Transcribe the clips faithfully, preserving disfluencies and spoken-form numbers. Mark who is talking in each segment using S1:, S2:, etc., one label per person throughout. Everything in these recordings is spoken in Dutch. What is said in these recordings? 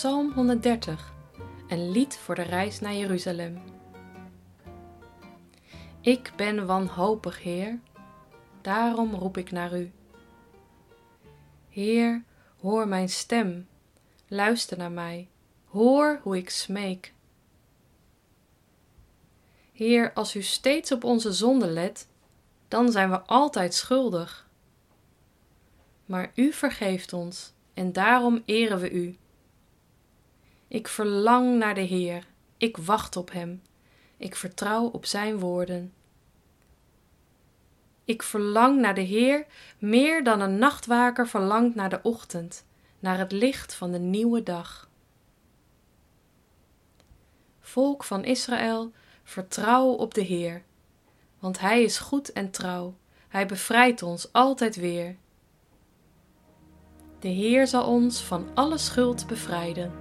S1: Psalm honderddertig, een lied voor de reis naar Jeruzalem. Ik ben wanhopig, Heer, daarom roep ik naar u. Heer, hoor mijn stem, luister naar mij, hoor hoe ik smeek. Heer, als u steeds op onze zonde let, dan zijn we altijd schuldig. Maar u vergeeft ons en daarom eren we u. Ik verlang naar de Heer, ik wacht op hem, ik vertrouw op zijn woorden. Ik verlang naar de Heer meer dan een nachtwaker verlangt naar de ochtend, naar het licht van de nieuwe dag. Volk van Israël, vertrouw op de Heer, want hij is goed en trouw, hij bevrijdt ons altijd weer. De Heer zal ons van alle schuld bevrijden.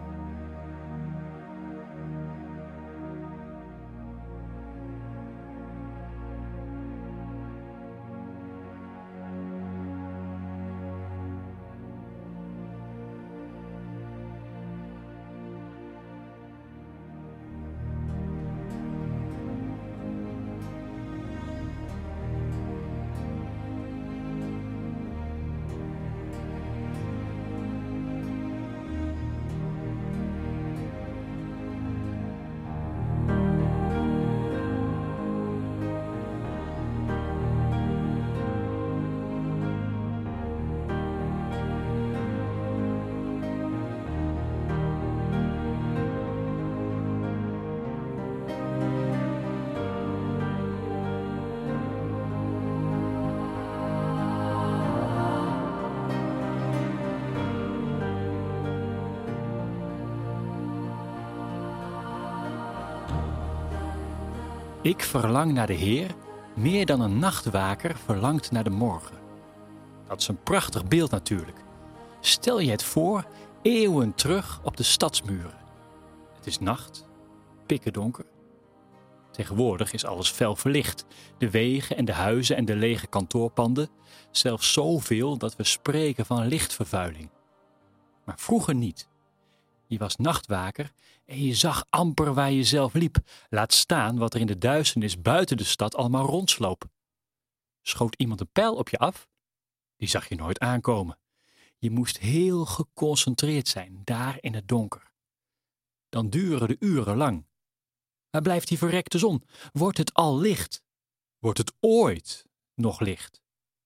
S2: Ik verlang naar de Heer, meer dan een nachtwaker verlangt naar de morgen. Dat is een prachtig beeld natuurlijk. Stel je het voor, eeuwen terug op de stadsmuren. Het is nacht, pikkerdonker. Tegenwoordig is alles fel verlicht. De wegen en de huizen en de lege kantoorpanden. Zelfs zoveel dat we spreken van lichtvervuiling. Maar vroeger niet. Je was nachtwaker en je zag amper waar je zelf liep. Laat staan wat er in de duisternis buiten de stad allemaal rondsloop. Schoot iemand een pijl op je af? Die zag je nooit aankomen. Je moest heel geconcentreerd zijn, daar in het donker. Dan duren de uren lang. Waar blijft die verrekte zon? Wordt het al licht? Wordt het ooit nog licht?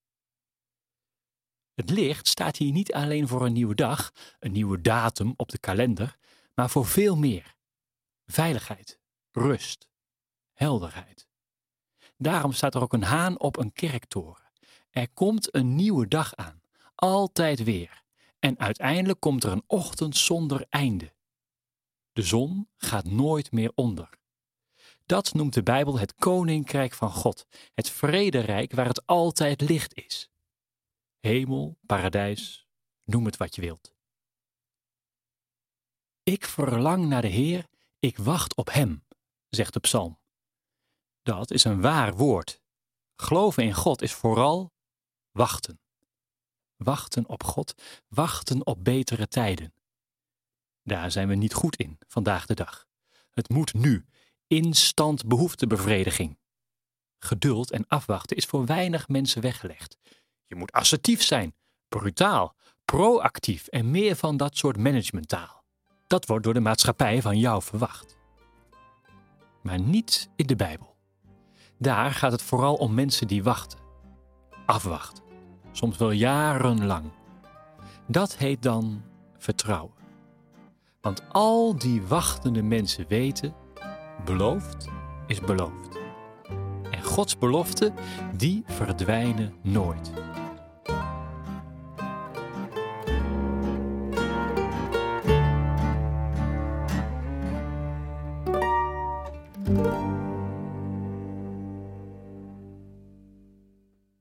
S2: Het licht staat hier niet alleen voor een nieuwe dag, een nieuwe datum op de kalender, maar voor veel meer. Veiligheid, rust, helderheid. Daarom staat er ook een haan op een kerktoren. Er komt een nieuwe dag aan, altijd weer. En uiteindelijk komt er een ochtend zonder einde. De zon gaat nooit meer onder. Dat noemt de Bijbel het Koninkrijk van God, het vrederijk waar het altijd licht is. Hemel, paradijs, noem het wat je wilt. Ik verlang naar de Heer, ik wacht op hem, zegt de psalm. Dat is een waar woord. Geloven in God is vooral wachten. Wachten op God, wachten op betere tijden. Daar zijn we niet goed in, vandaag de dag. Het moet nu, instant behoeftebevrediging. Geduld en afwachten is voor weinig mensen weggelegd. Je moet assertief zijn, brutaal, proactief en meer van dat soort managementtaal. Dat wordt door de maatschappij van jou verwacht. Maar niet in de Bijbel. Daar gaat het vooral om mensen die wachten. Afwachten. Soms wel jarenlang. Dat heet dan vertrouwen. Want al die wachtende mensen weten, beloofd is beloofd. En Gods beloften, die verdwijnen nooit.